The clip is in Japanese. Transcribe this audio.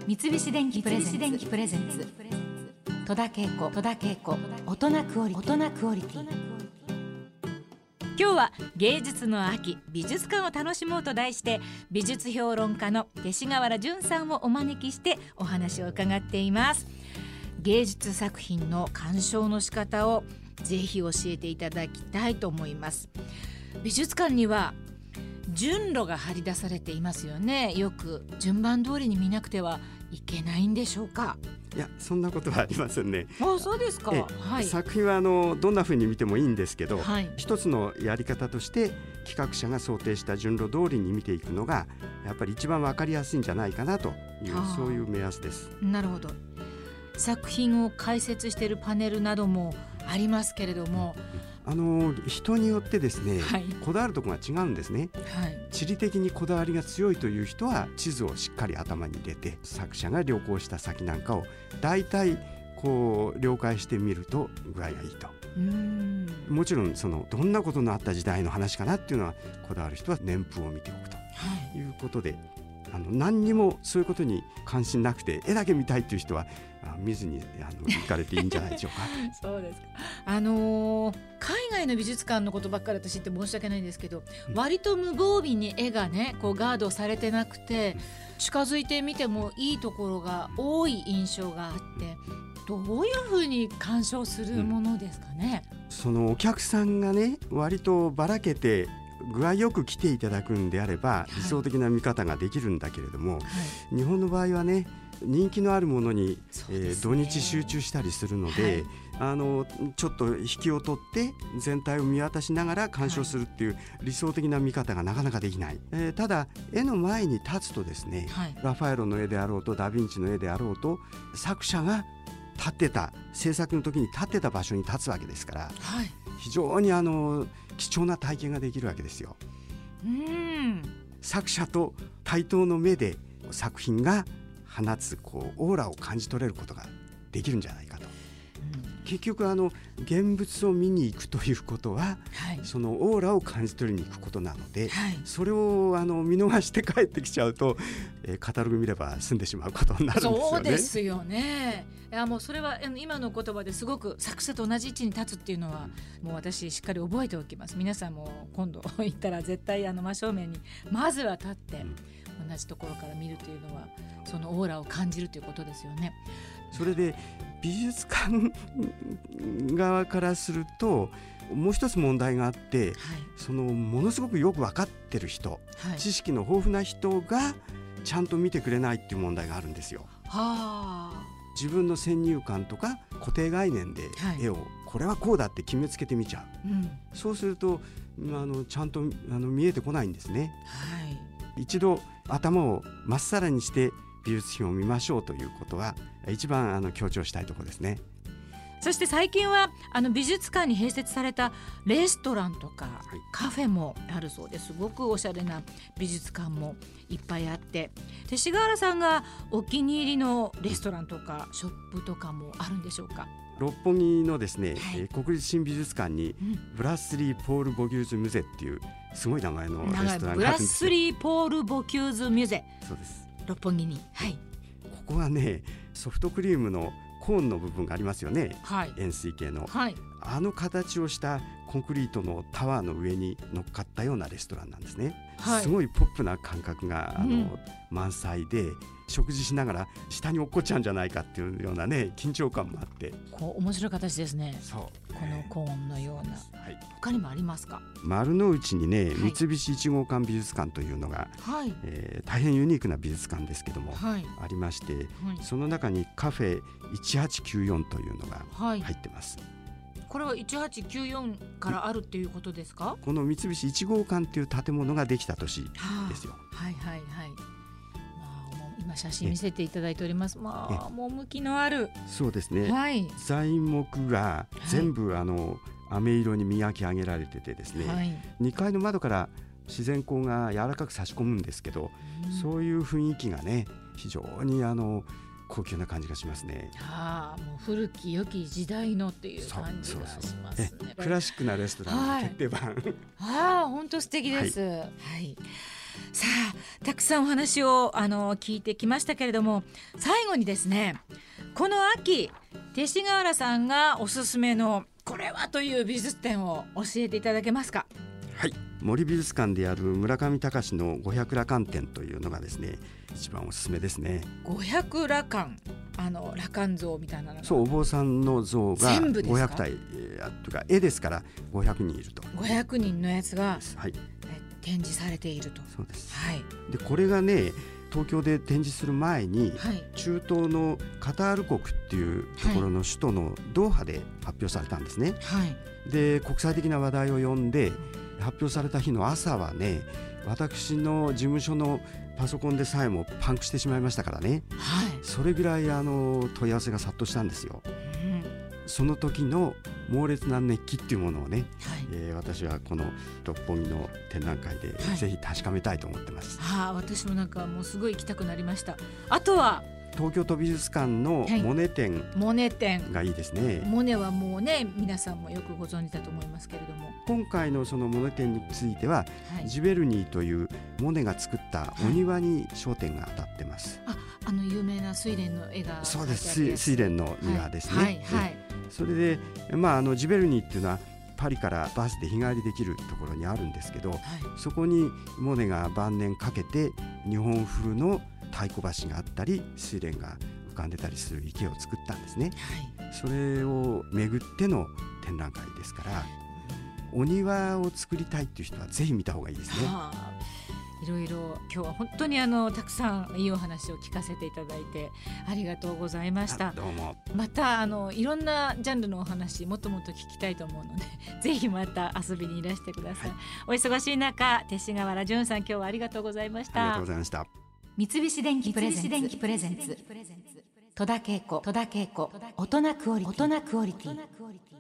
三菱電機プレゼンツ戸田恵子大人クオリティ。今日は芸術の秋、美術館を楽しもうと題して、美術評論家の勅使河原淳さんをお招きしてお話を伺っています。芸術作品の鑑賞の仕方をぜひ教えていただきたいと思います。美術館には順路が張り出されていますよね。よく順番通りに見なくてはいけないんでしょうか？ いや、そんなことはありませんね。 そうですか。はい、 作品はどんな風に見てもいいんですけど、 はい、 一つのやり方として企画者が想定した順路通りに見ていくのがやっぱり一番わかりやすいんじゃないかなという、そういう目安です。 なるほど。作品を解説しているパネルなどもありますけれども、 人によってですね、 はい、 こだわるところが違うんですね。 はい、 地理的にこだわりが強いという人は地図をしっかり頭に入れて、作者が旅行した先なんかをだいたい了解してみると具合がいいと。もちろんどんなことのあった時代の話かなっていうのはこだわる人は年譜を見ておくということで、何にもそういうことに関心なくて絵だけ見たいという人は見ずに行かれていいんじゃないでしょうか。 そうですか。海外の美術館のことばっかり私って申し訳ないんですけど、割と無防備に絵がねガードされてなくて、近づいてみてもいいところが多い印象があって、どういうふうに鑑賞するものですかね？ そのお客さんがね割とばらけて具合よく来ていただくんであれば理想的な見方ができるんだけれども、日本の場合はね人気のあるものに、土日集中したりするので、ちょっと引きを取って全体を見渡しながら鑑賞するっていう理想的な見方がなかなかできない。ただ絵の前に立つとですね、ラファエロの絵であろうとダ・ヴィンチの絵であろうと、作者が立ってた制作の時に立ってた場所に立つわけですから、非常に貴重な体験ができるわけですよ。作者と対等の目で作品が放つオーラを感じ取れることができるんじゃないかと。結局現物を見に行くということは、そのオーラを感じ取りに行くことなので、それを見逃して帰ってきちゃうと、カタログ見れば済んでしまうことになるんですよね。 そうですよね。いや、もうそれは今の言葉ですごく作者と同じ位置に立つっていうのはもう私しっかり覚えておきます。皆さんも今度行ったら絶対真正面にまずは立って、同じところから見るというのはそのオーラを感じるということですよね。 それで美術館側からするともう一つ問題があって、ものすごくよく分かってる人、知識の豊富な人がちゃんと見てくれないっていう問題があるんですよ。自分の先入観とか固定概念で絵を、これはこうだって決めつけてみちゃう、そうするとちゃんと見えてこないんですね。一度頭をまっさらにして美術品を見ましょうということは一番強調したいところですね。 そして最近は美術館に併設されたレストランとかカフェもあるそうです。すごくおしゃれな美術館もいっぱいあって、勅使河原さんがお気に入りのレストランとかショップとかもあるんでしょうか？ 六本木のですね、国立新美術館にブラッスリー・ポール・ボギューズ・ミュゼっていうすごい名前のレストランがあるんですよ。 ブラッスリー・ポール・ボギューズ・ミュゼ。 そうです。 六本木に、 ここはねソフトクリームのコーンの部分がありますよね、円錐形の、形をしたコンクリートのタワーの上に乗っかったようなレストランなんですね。すごいポップな感覚が満載で、食事しながら下に落っこっちゃうんじゃないかっていうようなね緊張感もあって、 面白い形ですね。このコーンのような、他にもありますか？ 丸の内にね、三菱一号館美術館というのが、大変ユニークな美術館ですけども、ありまして、その中にカフェ1894というのが入ってます。 これは1894からあるっていうことですか？ この三菱一号館という建物ができた年ですよ。 今写真見せていただいております。趣のある。 そうですね、材木が全部飴色に磨き上げられててですね、2階の窓から自然光が柔らかく差し込むんですけど、そういう雰囲気がね非常に高級な感じがしますね。 もう古き良き時代のっていう感じがしますね。 クラシックなレストランの決定版。 本当素敵です。 さあたくさんお話を聞いてきましたけれども、最後にですね、この秋勅使河原さんがおすすめのこれはという美術展を教えていただけますか？ はい、森美術館である村上隆の五百羅漢展というのがですね、一番おすすめですね。 五百羅漢、羅漢像みたいなのが、 そう、お坊さんの像が全部ですか 500体、というか絵ですから500人いると。 500人のやつが、 はい、 展示されていると。 そうです、 はい、 でこれがね、東京で展示する前に、 はい、 中東のカタール国っていうところの首都のドーハで発表されたんですね。 はい、 で国際的な話題を呼んで、発表された日の朝はね、私の事務所のパソコンでさえもパンクしてしまいましたからね、 はい、 それぐらい問い合わせが殺到したんですよ。その時の猛烈な熱気っていうものをね、はい、私はこの六本木の展覧会でぜひ確かめたいと思ってます。 はい、私もなんかもうすごい行きたくなりました。あとは東京都美術館のモネ展、はい、 モネ展がいいですね。 モネはもうね、皆さんもよくご存知だと思いますけれども、 今回のそのモネ展については、はい、ジベルニーというモネが作ったお庭に焦点が当たってます。 はい、有名な睡蓮の絵が、 そうです、睡蓮の庭ですね。 はいはいはい、 それで、ジベルニーっていうのはパリからバスで日帰りできるところにあるんですけど、はい、そこにモネが晩年かけて日本風の太鼓橋があったり、睡蓮が浮かんでたりする池を作ったんですね。はい、それを巡っての展覧会ですから、お庭を作りたいっていう人はぜひ見た方がいいですね。 いろいろ今日は本当にたくさんいいお話を聞かせていただいてありがとうございました。 どうも。 またいろんなジャンルのお話もっともっと聞きたいと思うのでぜひまた遊びにいらしてください。はい、お忙しい中、勅使河原淳さん、今日はありがとうございました。 ありがとうございました。 三菱電機プレゼンツ戸田恵子大人クオリティ。